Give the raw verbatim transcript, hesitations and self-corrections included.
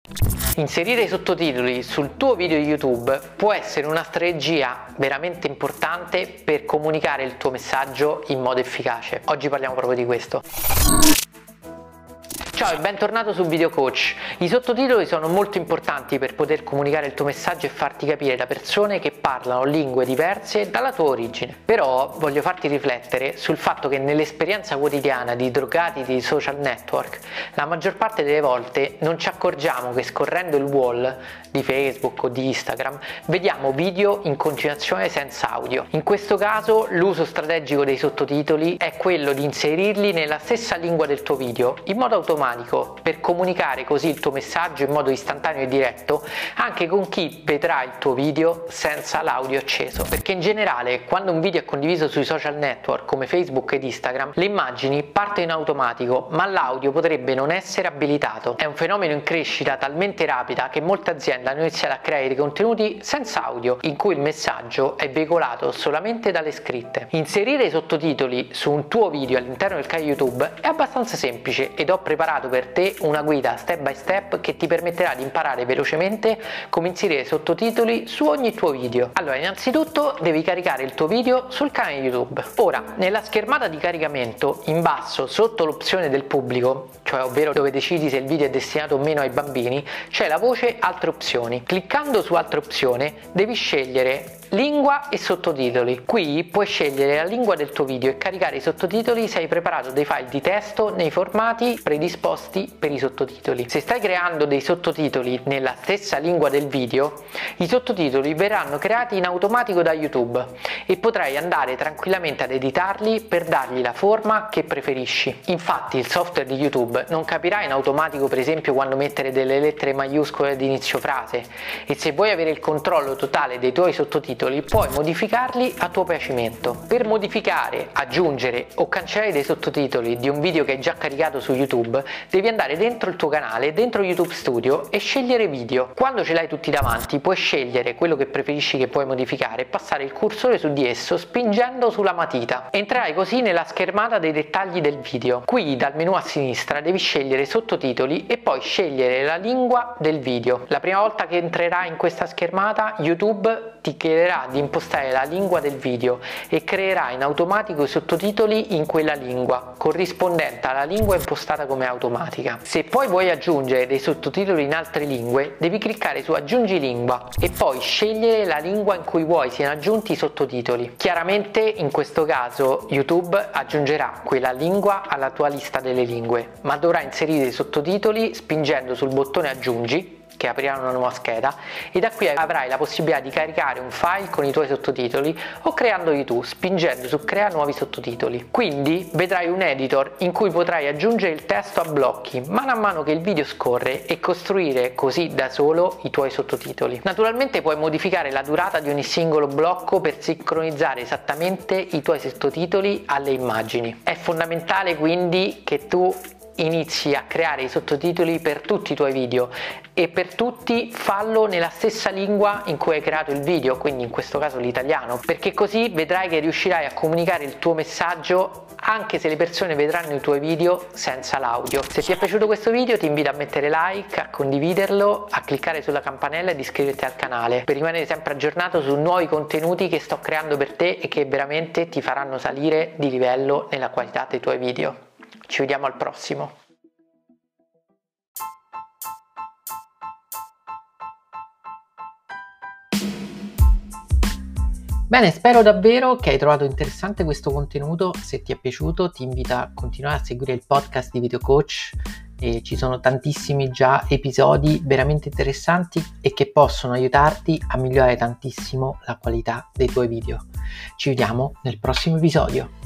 Inserire i sottotitoli sul tuo video YouTube può essere una strategia veramente importante per comunicare il tuo messaggio in modo efficace. Oggi parliamo proprio di questo. Ciao e bentornato su Video Coach. I sottotitoli sono molto importanti per poter comunicare il tuo messaggio e farti capire da persone che parlano lingue diverse dalla tua origine. Però voglio farti riflettere sul fatto che nell'esperienza quotidiana di drogati di social network, la maggior parte delle volte non ci accorgiamo che scorrendo il wall di Facebook o di Instagram vediamo video in continuazione senza audio. In questo caso l'uso strategico dei sottotitoli è quello di inserirli nella stessa lingua del tuo video in modo automatico, per comunicare così il tuo messaggio in modo istantaneo e diretto anche con chi vedrà il tuo video senza l'audio acceso. Perché in generale, quando un video è condiviso sui social network come Facebook ed Instagram, le immagini partono in automatico, ma l'audio potrebbe non essere abilitato. È un fenomeno in crescita talmente rapida che molte aziende hanno iniziato a creare dei contenuti senza audio, in cui il messaggio è veicolato solamente dalle scritte. Inserire i sottotitoli su un tuo video all'interno del canale YouTube è abbastanza semplice ed ho preparato per te una guida step by step che ti permetterà di imparare velocemente come inserire sottotitoli su ogni tuo video. Allora, innanzitutto devi caricare il tuo video sul canale YouTube. Ora, nella schermata di caricamento in basso sotto l'opzione del pubblico, cioè ovvero dove decidi se il video è destinato o meno ai bambini, c'è la voce altre opzioni. Cliccando su altre opzioni devi scegliere lingua e sottotitoli. Qui puoi scegliere la lingua del tuo video e caricare i sottotitoli se hai preparato dei file di testo nei formati predisposti per i sottotitoli. Se stai creando dei sottotitoli nella stessa lingua del video, i sottotitoli verranno creati in automatico da YouTube e potrai andare tranquillamente ad editarli per dargli la forma che preferisci. Infatti il software di YouTube non capirà in automatico per esempio quando mettere delle lettere maiuscole ad inizio frase, e se vuoi avere il controllo totale dei tuoi sottotitoli puoi modificarli a tuo piacimento. Per modificare, aggiungere o cancellare dei sottotitoli di un video che hai già caricato su YouTube devi andare dentro il tuo canale, dentro YouTube Studio e scegliere video. Quando ce l'hai tutti davanti puoi scegliere quello che preferisci che puoi modificare e passare il cursore su di esso spingendo sulla matita. Entrerai così nella schermata dei dettagli del video. Qui dal menu a sinistra devi scegliere sottotitoli e poi scegliere la lingua del video. La prima volta che entrerai in questa schermata YouTube ti chiederà di impostare la lingua del video e creerà in automatico i sottotitoli in quella lingua, corrispondente alla lingua impostata come automatica. Se poi vuoi aggiungere dei sottotitoli in altre lingue, devi cliccare su aggiungi lingua e poi scegliere la lingua in cui vuoi siano aggiunti i sottotitoli. Chiaramente in questo caso YouTube aggiungerà quella lingua alla tua lista delle lingue, ma dovrà inserire i sottotitoli spingendo sul bottone aggiungi, che aprirà una nuova scheda, e da qui avrai la possibilità di caricare un file con i tuoi sottotitoli o creandoli tu spingendo su crea nuovi sottotitoli. Quindi vedrai un editor in cui potrai aggiungere il testo a blocchi mano a mano che il video scorre e costruire così da solo i tuoi sottotitoli. Naturalmente puoi modificare la durata di ogni singolo blocco per sincronizzare esattamente i tuoi sottotitoli alle immagini. È fondamentale quindi che tu inizi a creare i sottotitoli per tutti i tuoi video e per tutti fallo nella stessa lingua in cui hai creato il video, quindi in questo caso l'italiano, perché così vedrai che riuscirai a comunicare il tuo messaggio anche se le persone vedranno i tuoi video senza l'audio. Se ti è piaciuto questo video ti invito a mettere like, a condividerlo, a cliccare sulla campanella ed iscriverti al canale per rimanere sempre aggiornato su nuovi contenuti che sto creando per te e che veramente ti faranno salire di livello nella qualità dei tuoi video. Ci vediamo al prossimo. Bene, spero davvero che hai trovato interessante questo contenuto. Se ti è piaciuto ti invito a continuare a seguire il podcast di Video Coach, e ci sono tantissimi già episodi veramente interessanti e che possono aiutarti a migliorare tantissimo la qualità dei tuoi video. Ci vediamo nel prossimo episodio.